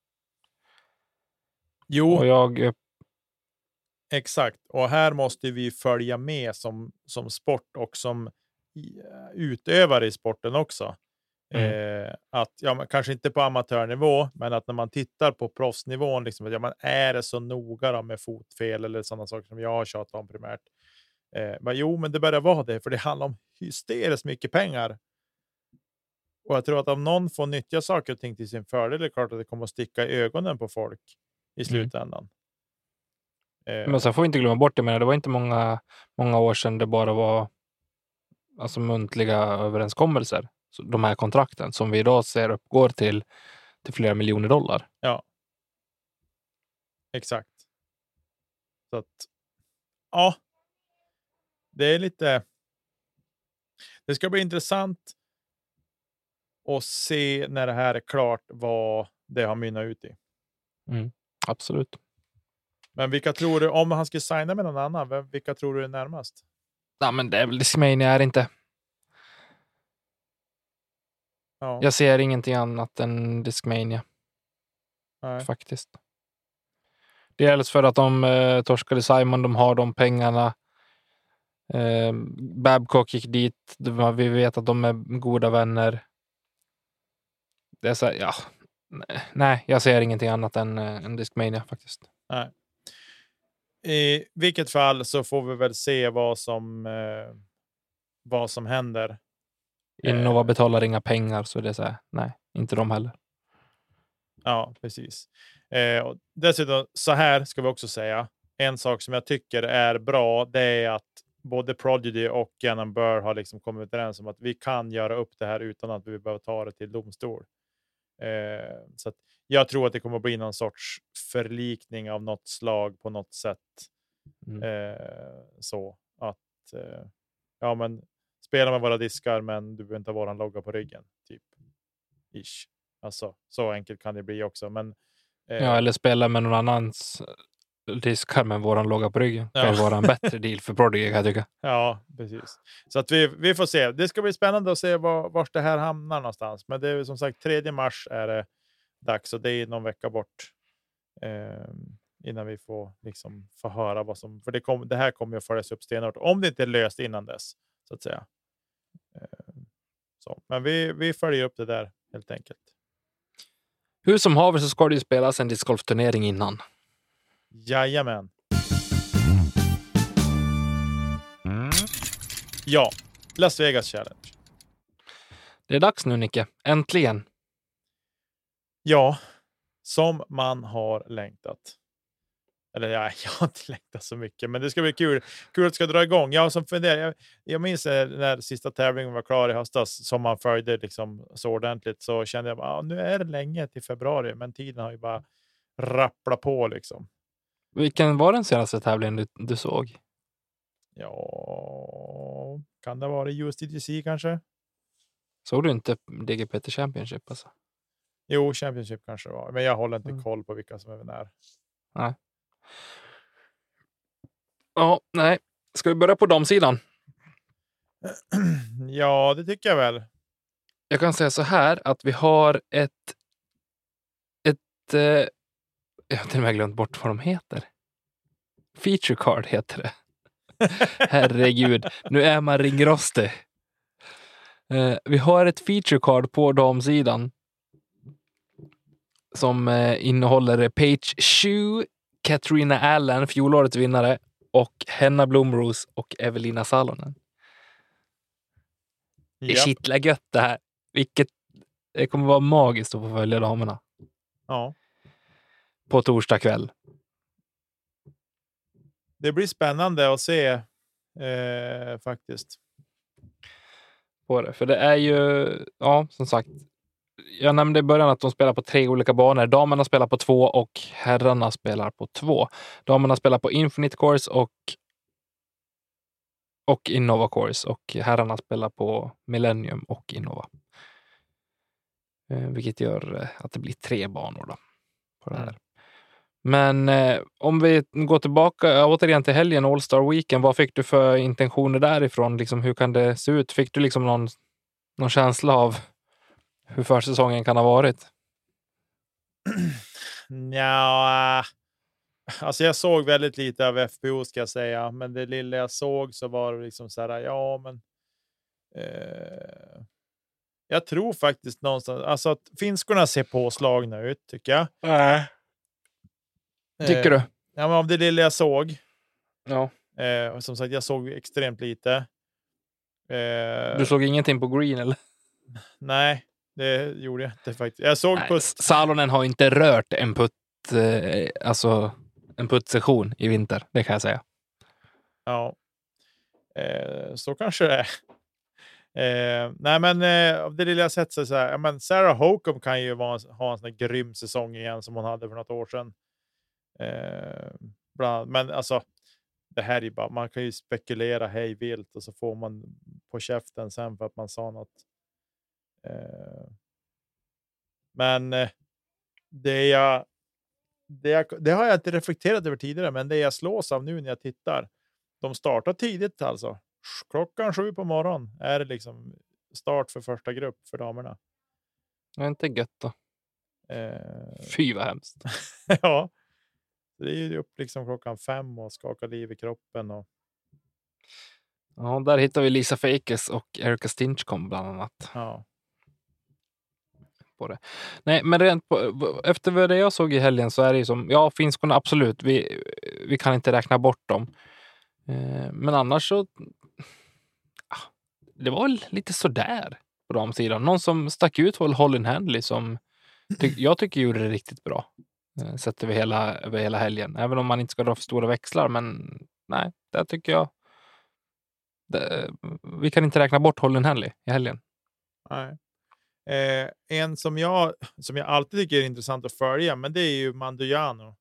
Speaker 3: Jo,
Speaker 2: och
Speaker 3: exakt. Och här måste vi följa med som sport och som utövare i sporten också. Att kanske inte på amatörnivå, men att när man tittar på proffsnivån liksom, att är det så noga då med fotfel eller sådana saker som jag har tjatat om primärt. Men det börjar vara det, för det handlar om hysteriskt mycket pengar. Och jag tror att om någon får nyttja saker och ting till sin fördel, det är klart att det kommer att sticka i ögonen på folk i slutändan.
Speaker 2: Men så får vi inte glömma bort det, men det var inte många år sedan det bara var alltså muntliga överenskommelser. Så de här kontrakten som vi idag ser uppgår till flera miljoner dollar.
Speaker 3: Ja. Exakt. Så att ja. Det är lite, det ska bli intressant att se när det här är klart vad det har mynnat ut i.
Speaker 2: Absolut.
Speaker 3: Men vilka tror du, om han skulle signa med någon annan, vilka tror du är närmast?
Speaker 2: Ja, men det är väl Discmania, är inte.
Speaker 3: Ja.
Speaker 2: Jag ser ingenting annat än Discmania.
Speaker 3: Nej.
Speaker 2: Faktiskt. Dels för att de torskade Simon, de har de pengarna. Babcock gick dit. Vi vet att de är goda vänner. Det är så här, ja. Nej, jag ser ingenting annat än Discmania faktiskt.
Speaker 3: Nej. I vilket fall så får vi väl se vad som händer.
Speaker 2: Innova betalar inga pengar, så det är så här, nej, inte de heller.
Speaker 3: Ja, precis. Och dessutom, så här ska vi också säga. En sak som jag tycker är bra, det är att både Prodigy och Gannon Buhr har liksom kommit överens om att vi kan göra upp det här utan att vi behöver ta det till domstol. Så att jag tror att det kommer att bli någon sorts förlikning av något slag på något sätt. Så att ja, men spela med våra diskar, men du behöver inte ha våran logga på ryggen, typ. Ish. Alltså, så enkelt kan det bli också. Men,
Speaker 2: ja, eller spela med någon annans diskar med våran logga på ryggen. Det kan vara en bättre deal för Prodigy, kan jag tycka.
Speaker 3: Ja, precis. Så att vi får se. Det ska bli spännande att se var det här hamnar någonstans. Men det är som sagt 3 mars är det dags, och det är någon vecka bort. Innan vi får liksom få höra vad som... För det här kommer att följas upp stenhårt. Om det inte är löst innan dess, så att säga. Så. Men vi följer upp det där, helt enkelt.
Speaker 2: Hur som haver så ska det ju spelas en discgolfturnering innan.
Speaker 3: Jajamän. Ja, Las Vegas Challenge.
Speaker 2: Det är dags nu, Nicke. Äntligen.
Speaker 3: Ja, som man har längtat. Eller jag har inte längtat så mycket, men det ska bli kul. Kul att det ska dra igång. Jag minns när sista tävlingen var klar i höstas, som man följde liksom så ordentligt, så kände jag bara, nu är det länge till februari, men tiden har ju bara rapplat på liksom.
Speaker 2: Vilken var den senaste tävlingen du såg?
Speaker 3: Ja, kan det vara USDGC kanske?
Speaker 2: Såg du inte DGPT Championship alltså?
Speaker 3: Jo, Championship kanske det var, men jag håller inte koll på vilka som är när.
Speaker 2: Nej. Ja, nej. Ska vi börja på damsidan?
Speaker 3: Ja, det tycker jag väl.
Speaker 2: Jag kan säga så här att vi har ett jag har till och med glömt bort vad de heter. Feature card heter det. Herregud, nu är man ringrostig. Vi har ett feature card på damsidan som innehåller Paige Shue, Katrina Allen, fjolårets vinnare, och Henna Blomros och Evelina Salonen. Det kittlar gött det här. Det kommer vara magiskt att få följa damerna.
Speaker 3: Ja.
Speaker 2: På torsdag kväll.
Speaker 3: Det blir spännande att se faktiskt.
Speaker 2: På det. För det är ju, ja, som sagt, jag nämnde i början att de spelar på 3 olika banor. Damerna spelar på 2 och herrarna spelar på 2. Damerna spelar på Infinite Course och Innova Course, och herrarna spelar på Millennium och Innova. Vilket gör att det blir 3 banor då på det här. Men om vi går tillbaka återigen till helgen, All Star Weekend, vad fick du för intentioner därifrån? Liksom, hur kan det se ut? Fick du liksom någon känsla av hur försäsongen kan ha varit?
Speaker 3: Ja, alltså jag såg väldigt lite av FPO, ska jag säga, men det lilla jag såg så var det liksom så här, ja, men jag tror faktiskt någonstans, alltså att finskorna ser påslagna ut, tycker jag.
Speaker 2: Tycker du?
Speaker 3: Ja, men av det lilla jag såg.
Speaker 2: Ja.
Speaker 3: Som sagt, jag såg extremt lite.
Speaker 2: Du såg ingenting på green, eller?
Speaker 3: Nej, det gjorde jag inte faktiskt. Jag såg på...
Speaker 2: Salonen har inte rört en puttsession i vinter, det kan jag säga.
Speaker 3: Ja. Så kanske det är. Nej, men av det lilla jag sett så här, men Sarah Hokum kan ju ha en sån här grym säsong igen som hon hade för något år sedan. Men alltså, det här är bara, man kan ju spekulera hej vilt och så får man på käften sen för att man sa något. Men det har jag inte reflekterat över tidigare, men det jag slås av nu när jag tittar, de startar tidigt alltså. 7:00 på morgonen är det liksom start för första grupp för damerna.
Speaker 2: Det är inte gött då. Fy vad hemskt.
Speaker 3: Ja. Det är ju upp liksom 5:00 och skaka liv i kroppen. Och...
Speaker 2: Ja, där hittar vi Lisa Fakes och Erica Stinchcombe bland annat.
Speaker 3: Ja.
Speaker 2: på det. Nej, men rent efter det jag såg i helgen så är det ju som, ja, finskorna absolut, vi kan inte räkna bort dem. Men annars så det var väl lite sådär på de sidan. Någon som stack ut var Holly Handley som jag tycker gjorde det riktigt bra. Sett över hela helgen. Även om man inte ska dra för stora växlar, men nej, det tycker jag vi kan inte räkna bort Holly Handley i helgen.
Speaker 3: Nej. En som jag alltid tycker är intressant att följa, men det är ju Manduiano.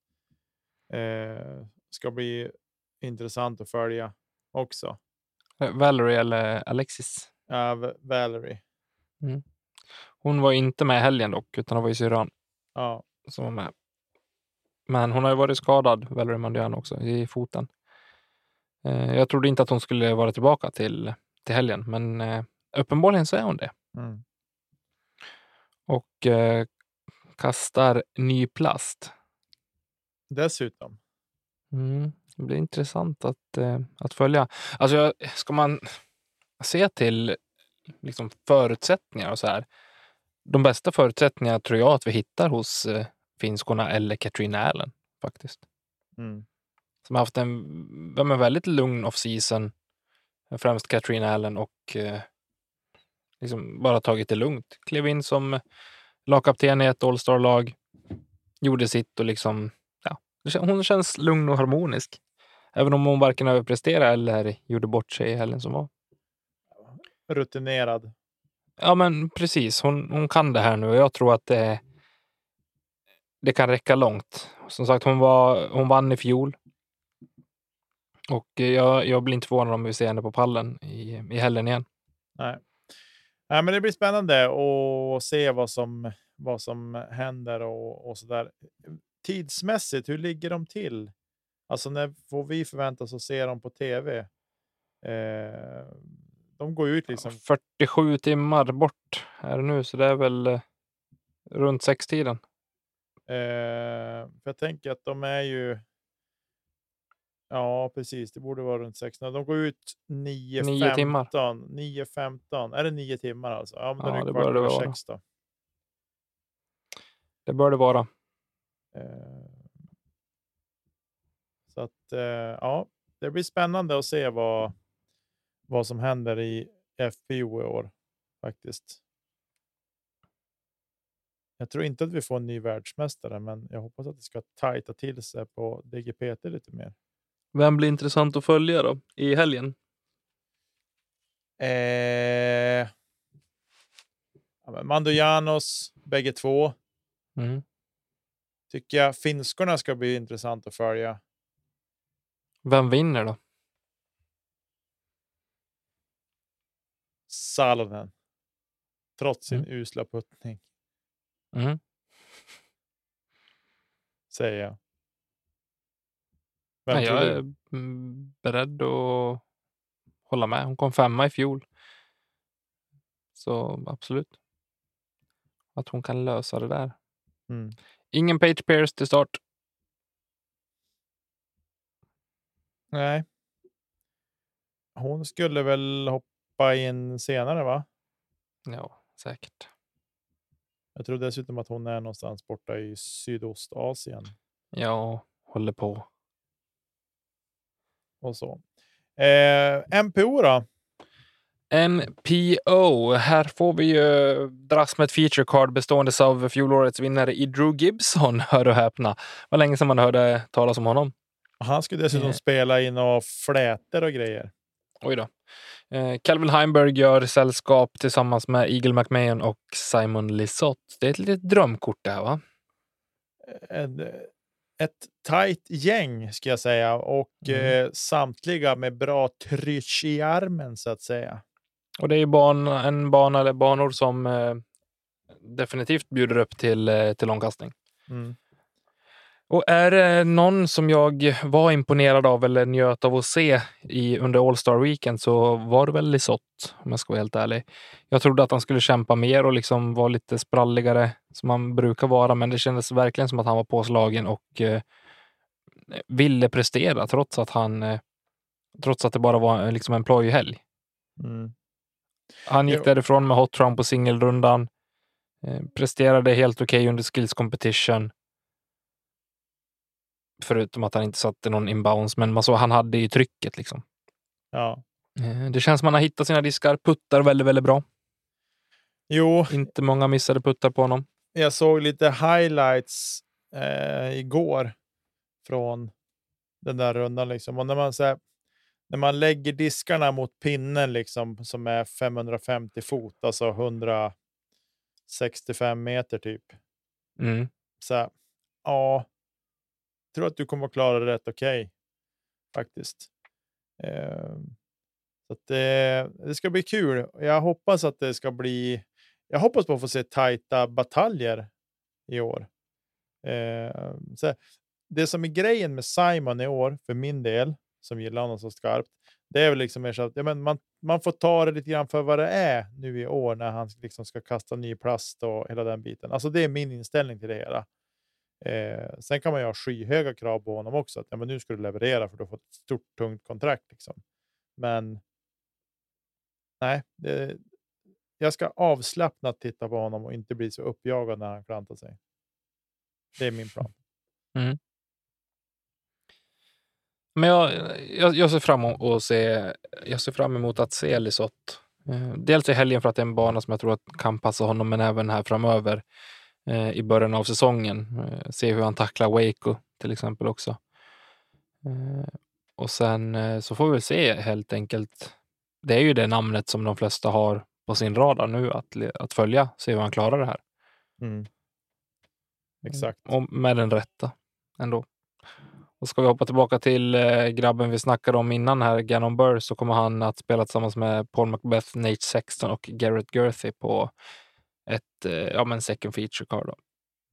Speaker 3: Ska bli intressant att följa också.
Speaker 2: Valerie eller Alexis?
Speaker 3: Ja, Valerie.
Speaker 2: Mm. Hon var inte med i helgen dock, utan hon var i syrran.
Speaker 3: Ja.
Speaker 2: Som var med. Men hon har ju varit skadad, Valerie Manduiano också, i foten. Jag trodde inte att hon skulle vara tillbaka till helgen, men uppenbarligen så är hon det.
Speaker 3: Mm.
Speaker 2: Och kastar ny plast.
Speaker 3: Dessutom.
Speaker 2: Det blir intressant att följa. Alltså, ska man se till liksom förutsättningar och så här. De bästa förutsättningarna tror jag att vi hittar hos finskorna eller Katrina Allen faktiskt.
Speaker 3: Mm.
Speaker 2: Som har haft en väldigt lugn off-season. Främst Katrina Allen och liksom bara tagit det lugnt. Klev in som lagkapten i ett All-Star-lag. Gjorde sitt och liksom, ja, hon känns lugn och harmonisk. Även om hon varken överpresterade eller gjorde bort sig i helgen som var.
Speaker 3: Rutinerad.
Speaker 2: Ja, men precis. Hon kan det här nu och jag tror att det kan räcka långt. Som sagt, hon vann i fjol. Och jag blir inte förvånad om vi ser henne på pallen i helgen igen.
Speaker 3: Nej, men det blir spännande att se vad som händer och så där. Tidsmässigt, hur ligger de till? Alltså när får vi förvänta oss att se dem på tv? De går ut liksom
Speaker 2: 47 timmar bort är det nu, så det är väl runt 6-tiden.
Speaker 3: För jag tänker att de är ju, ja precis, det borde vara runt 6. De går ut 9
Speaker 2: timmar.
Speaker 3: 9:15. Är det 9 timmar alltså? Ja, men då är
Speaker 2: det bör det vara.
Speaker 3: 6 då.
Speaker 2: Det bör det vara.
Speaker 3: Så att ja, det blir spännande att se vad som händer i FPO i år faktiskt. Jag tror inte att vi får en ny världsmästare, men jag hoppas att det ska tajta till sig på DGPT lite mer.
Speaker 2: Vem blir intressant att följa då i helgen?
Speaker 3: Manduianos, bägge två.
Speaker 2: Mm.
Speaker 3: Tycker jag finskorna ska bli intressant att följa.
Speaker 2: Vem vinner då?
Speaker 3: Salonen. Trots sin usla puttning.
Speaker 2: Mm.
Speaker 3: Säger jag.
Speaker 2: Nej, jag är beredd att hålla med. Hon kom 5 i fjol. Så absolut. Att hon kan lösa det där.
Speaker 3: Mm.
Speaker 2: Ingen Paige Pierce till start.
Speaker 3: Nej. Hon skulle väl hoppa in senare, va?
Speaker 2: Ja, säkert.
Speaker 3: Jag tror dessutom att hon är någonstans borta i Sydostasien.
Speaker 2: Ja, håller på.
Speaker 3: Och så. MPO då?
Speaker 2: MPO. Här får vi ju dras med ett feature card bestående av fjolårets vinnare i Drew Gibson. Hör och häpna. Vad länge sedan man hörde talas om honom.
Speaker 3: Han skulle dessutom spela in och flätor och grejer.
Speaker 2: Oj då. Calvin Heimberg gör sällskap tillsammans med Eagle McMahon och Simon Lisotte. Det är ett litet drömkort det här, va?
Speaker 3: Ett tajt gäng ska jag säga. Och samtliga med bra tryck i armen så att säga.
Speaker 2: Och det är en bana eller banor som definitivt bjuder upp till långkastning.
Speaker 3: Mm.
Speaker 2: Och är det någon som jag var imponerad av eller njöt av att se under All-Star Weekend så var det väl Lisotte, om jag ska vara helt ärlig. Jag trodde att han skulle kämpa mer och liksom vara lite spralligare som han brukar vara, men det kändes verkligen som att han var påslagen och ville prestera trots att det bara var liksom en plojhelg.
Speaker 3: Mm.
Speaker 2: Han gick därifrån med hot run på singelrundan. Presterade helt okej under skills competition. Förutom att han inte satte någon inbounds. Men man såg han hade ju trycket liksom.
Speaker 3: Ja.
Speaker 2: Det känns som man har hittat sina diskar. Puttar väldigt, väldigt bra.
Speaker 3: Jo.
Speaker 2: Inte många missade puttar på honom.
Speaker 3: Jag såg lite highlights igår från den där rundan liksom. Och när man lägger diskarna mot pinnen liksom, som är 550 fot, alltså 165 meter typ. Så här, ja, jag tror att du kommer att klara det rätt okej, faktiskt. Så att det ska bli kul. Jag hoppas att det ska bli. Jag hoppas på att få se tajta bataljer i år. Så det som är grejen med Simon i år, för min del, som gillar honom så skarpt, det är väl liksom mer så att man får ta det lite grann för vad det är nu i år när han liksom ska kasta ny plast och hela den biten. Alltså det är min inställning till det hela. Sen kan man ju ha skyhöga krav på honom också. Att men nu ska du leverera för du har fått ett stort, tungt kontrakt. Liksom. Men nej, jag ska avslappnat titta på honom och inte bli så uppjagad när han klantar sig. Det är min plan.
Speaker 2: Men jag ser fram emot att se Lisotte. Dels i helgen för att det är en bana som jag tror att kan passa honom, men även här framöver i början av säsongen. Se hur han tacklar Waco till exempel också. Och sen så får vi väl se helt enkelt. Det är ju det namnet som de flesta har på sin radar nu att följa. Se hur han klarar det här.
Speaker 3: Exakt.
Speaker 2: Och med den rätta ändå. Och ska vi hoppa tillbaka till grabben vi snackade om innan här, Gannon Buhr, så kommer han att spela tillsammans med Paul Macbeth, Nate Sexton och Garrett Gerthy på ett second feature card då.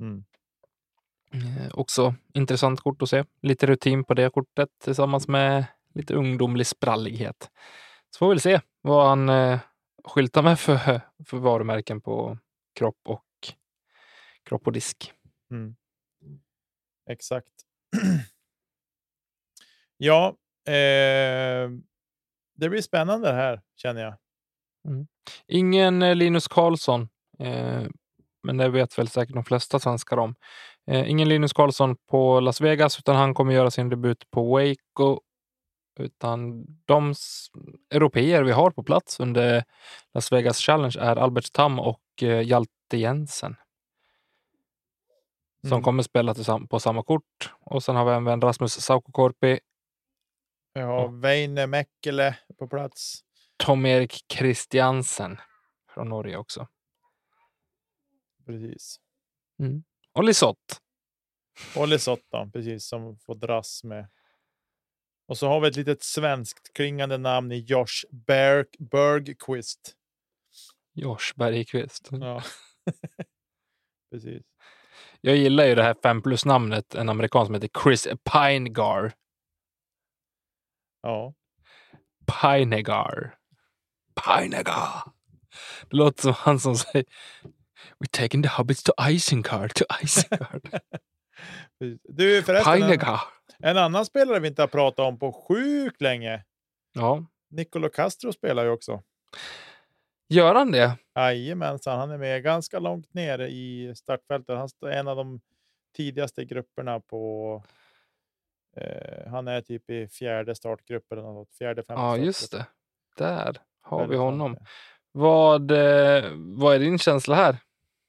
Speaker 2: Också intressant kort att se. Lite rutin på det kortet tillsammans med lite ungdomlig sprallighet. Så får vi väl se vad han skyltar med för varumärken på kropp och disk.
Speaker 3: Exakt. Ja, det blir spännande här, känner jag.
Speaker 2: Ingen Linus Karlsson, men det vet väl säkert de flesta svenskar om. Ingen Linus Karlsson på Las Vegas, utan han kommer göra sin debut på Waco. Utan de europeer vi har på plats under Las Vegas Challenge är Albert Tam och Hjalte Jensen. Som kommer spela på samma kort. Och sen har vi även Rasmus Saukokorpi.
Speaker 3: Vi har Veine Mäkelä på plats.
Speaker 2: Tom-Erik Christiansen från Norge också.
Speaker 3: Precis.
Speaker 2: Och Lisotte.
Speaker 3: Då, precis, som får dras med. Och så har vi ett litet svenskt klingande namn i Josh Bergqvist.
Speaker 2: Josh Bergqvist.
Speaker 3: Ja. Precis.
Speaker 2: Jag gillar ju det här 5+-namnet, en amerikan som heter Chris Pinegar.
Speaker 3: Ja.
Speaker 2: Pinegar. Det låter som han som säger We're taking the hobbits to Isengard.
Speaker 3: Du, förresten,
Speaker 2: Pinegar.
Speaker 3: En annan spelare vi inte har pratat om på sjukt länge.
Speaker 2: Ja.
Speaker 3: Nicolo Castro spelar ju också.
Speaker 2: Gör han det?
Speaker 3: Jajamensan, han är med ganska långt ner i startfältet. Han är en av de tidigaste grupperna på. Han är typ i fjärde startgruppen eller något, fjärde, femte.
Speaker 2: Ja, just det. Där har vi honom. Vad är din känsla här?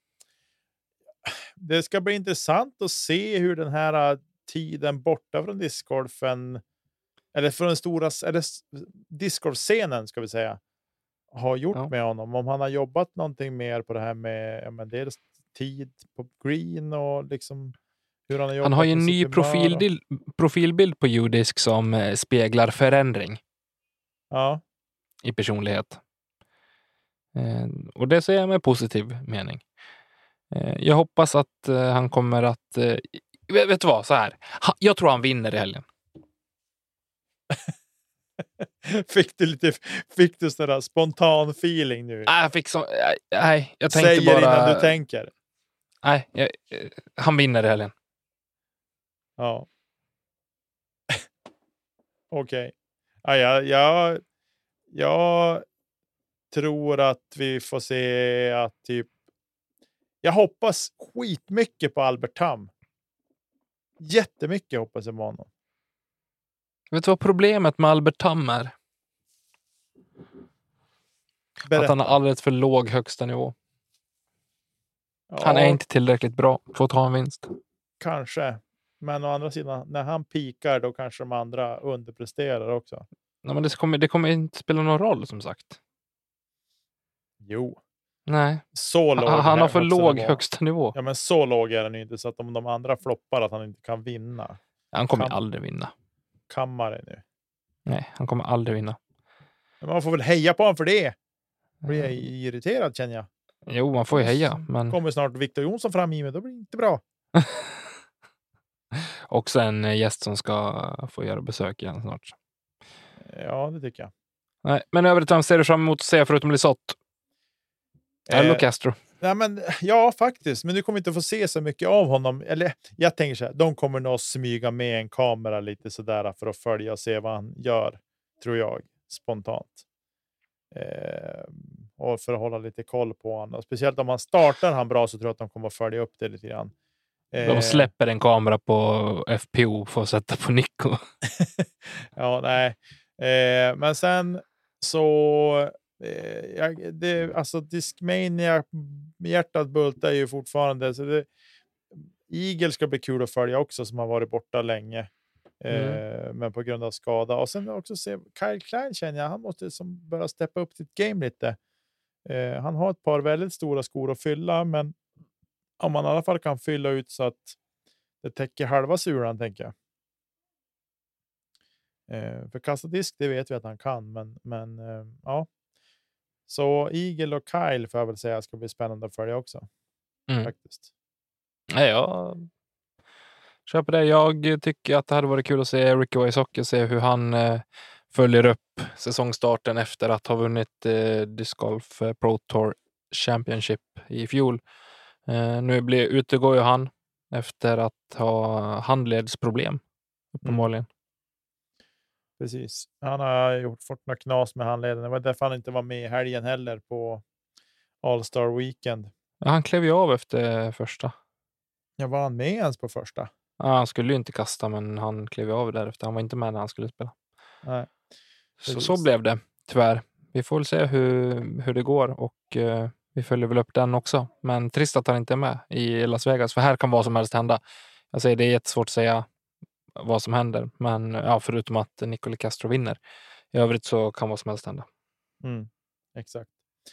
Speaker 3: Det ska bli intressant att se hur den här tiden borta från discgolfen, eller från den stora discgolfscenen ska vi säga, har gjort med honom. Om han har jobbat någonting mer på det här med dels tid på green och liksom hur han har jobbat.
Speaker 2: Han har ju en ny profilbild på Judisk som speglar förändring.
Speaker 3: Ja.
Speaker 2: I personlighet. Och det ser jag med positiv mening. Jag hoppas att han kommer att vet du vad, så här. Jag tror han vinner i helgen.
Speaker 3: Fick du sådär spontan feeling nu?
Speaker 2: Jag tänkte
Speaker 3: Säger
Speaker 2: bara
Speaker 3: innan du tänker.
Speaker 2: Nej, han vinner i helgen.
Speaker 3: Ja. Okej. Ja, jag tror att vi får se att typ Jag hoppas skitmycket på Albert Tam. Jättemycket hoppas jag på honom.
Speaker 2: Vet du vad problemet med Albert Tam är?
Speaker 3: Berätta.
Speaker 2: Att han har alldeles för låg högsta nivå.
Speaker 3: Ja,
Speaker 2: Han är inte tillräckligt bra för att ta en vinst.
Speaker 3: kanske. Men å andra sidan, när han pikar då kanske de andra underpresterar också.
Speaker 2: Nej, men det kommer inte spela någon roll som sagt.
Speaker 3: Jo.
Speaker 2: Nej.
Speaker 3: Så låg
Speaker 2: Han har för låg
Speaker 3: nivå.
Speaker 2: högsta nivå.
Speaker 3: Ja, men så låg är den ju inte så att om de andra floppar att han inte kan vinna.
Speaker 2: Han kommer aldrig vinna.
Speaker 3: Kammare nu.
Speaker 2: Nej, han kommer aldrig vinna.
Speaker 3: Men man får väl heja på honom för det. Blir jag irriterad känner jag.
Speaker 2: Jo, man får ju heja. Men
Speaker 3: Kommer snart Victor Jonsson fram i mig, då blir det inte bra.
Speaker 2: också en gäst som ska få göra besök igen snart.
Speaker 3: Ja, det tycker jag.
Speaker 2: Nej, men övrigt, vem ser du fram emot att se förutom Lisotte? Eller Castro?
Speaker 3: Nej, men, ja, faktiskt. Men du kommer inte få se så mycket av honom. Eller jag tänker så här, de kommer nog smyga med en kamera lite sådär för att följa och se vad han gör, tror jag, spontant. Och för att hålla lite koll på honom. Speciellt om han startar han bra så tror jag att de kommer att följa upp det lite grann.
Speaker 2: De släpper en kamera på FPO för att sätta på Nico.
Speaker 3: Ja, nej. Men sen så alltså Discmania hjärtat bultar ju fortfarande så det, Eagle ska bli kul att följa också som har varit borta länge men på grund av skada och sen också se Kyle Klein känner jag han måste som börja steppa upp sitt game lite. Han har ett par väldigt stora skor att fylla men om man i alla fall kan fylla ut så att det täcker halva sulan tänker jag. För kasta disk det vet vi att han kan men ja. Så Eagle och Kyle får jag väl säga ska bli spännande att följa också. Faktiskt.
Speaker 2: Nej, jag köper det. Jag tycker att det hade varit kul att se Ricky Wysocki och se hur han följer upp säsongstarten efter att ha vunnit Disc Golf Pro Tour Championship i fjol. Nu utegår ju han efter att ha handledsproblem uppenbarligen.
Speaker 3: Precis. Han har fått några knas med handleden. Det var därför han inte var med i helgen heller på All-Star Weekend.
Speaker 2: Ja, han klev ju av efter första.
Speaker 3: Ja, var han med ens på första?
Speaker 2: Ja, han skulle ju inte kasta men han klev av därefter. Han var inte med när han skulle spela.
Speaker 3: Nej.
Speaker 2: Så blev det, tyvärr. Vi får väl se hur det går och vi följer väl upp den också. Men trist att han inte är med i Las Vegas för här kan vad som helst hända. Jag säger det är jättesvårt att säga vad som händer. Men ja, förutom att Nicola Castro vinner. I övrigt så kan vad som helst hända.
Speaker 3: Exakt.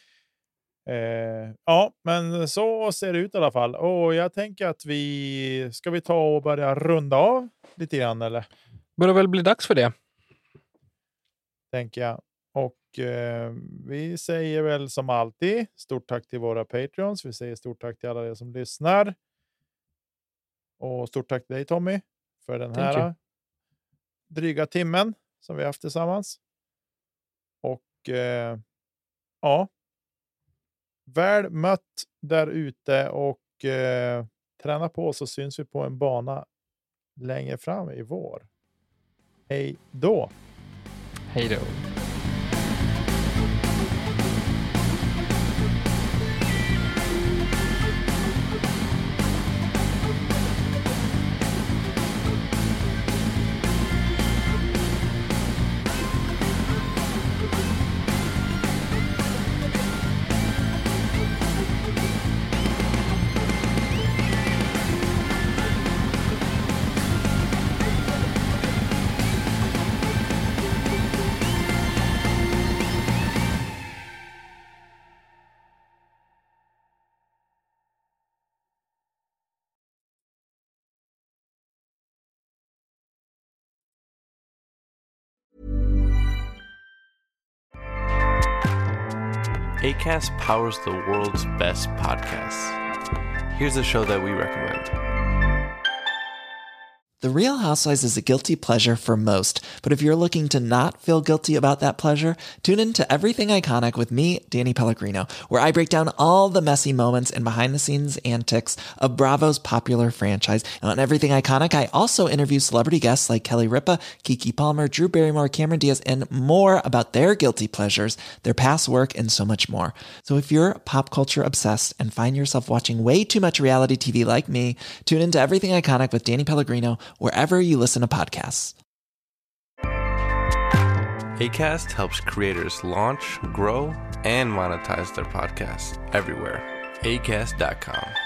Speaker 3: Ja, men så ser det ut i alla fall. Och jag tänker att ska vi ta och börja runda av lite grann eller?
Speaker 2: Börjar väl bli dags för det.
Speaker 3: Tänker jag. Och vi säger väl som alltid stort tack till våra Patreons. Vi säger stort tack till alla er som lyssnar. Och stort tack till dig Tommy för den här dryga timmen som vi har haft tillsammans. Och ja, väl mött där ute och träna på så syns vi på en bana längre fram i vår. Hej då!
Speaker 2: Hej då!
Speaker 4: Acast powers the world's best podcasts. Here's a show that we recommend.
Speaker 5: The Real Housewives is a guilty pleasure for most, but if you're looking to not feel guilty about that pleasure, tune in to Everything Iconic with me, Danny Pellegrino, where I break down all the messy moments and behind-the-scenes antics of Bravo's popular franchise. And on Everything Iconic, I also interview celebrity guests like Kelly Ripa, Keke Palmer, Drew Barrymore, Cameron Diaz, and more about their guilty pleasures, their past work, and so much more. So if you're pop culture obsessed and find yourself watching way too much reality TV like me, tune into Everything Iconic with Danny Pellegrino wherever you listen to podcasts.
Speaker 4: Acast helps creators launch, grow, and monetize their podcasts everywhere. Acast.com.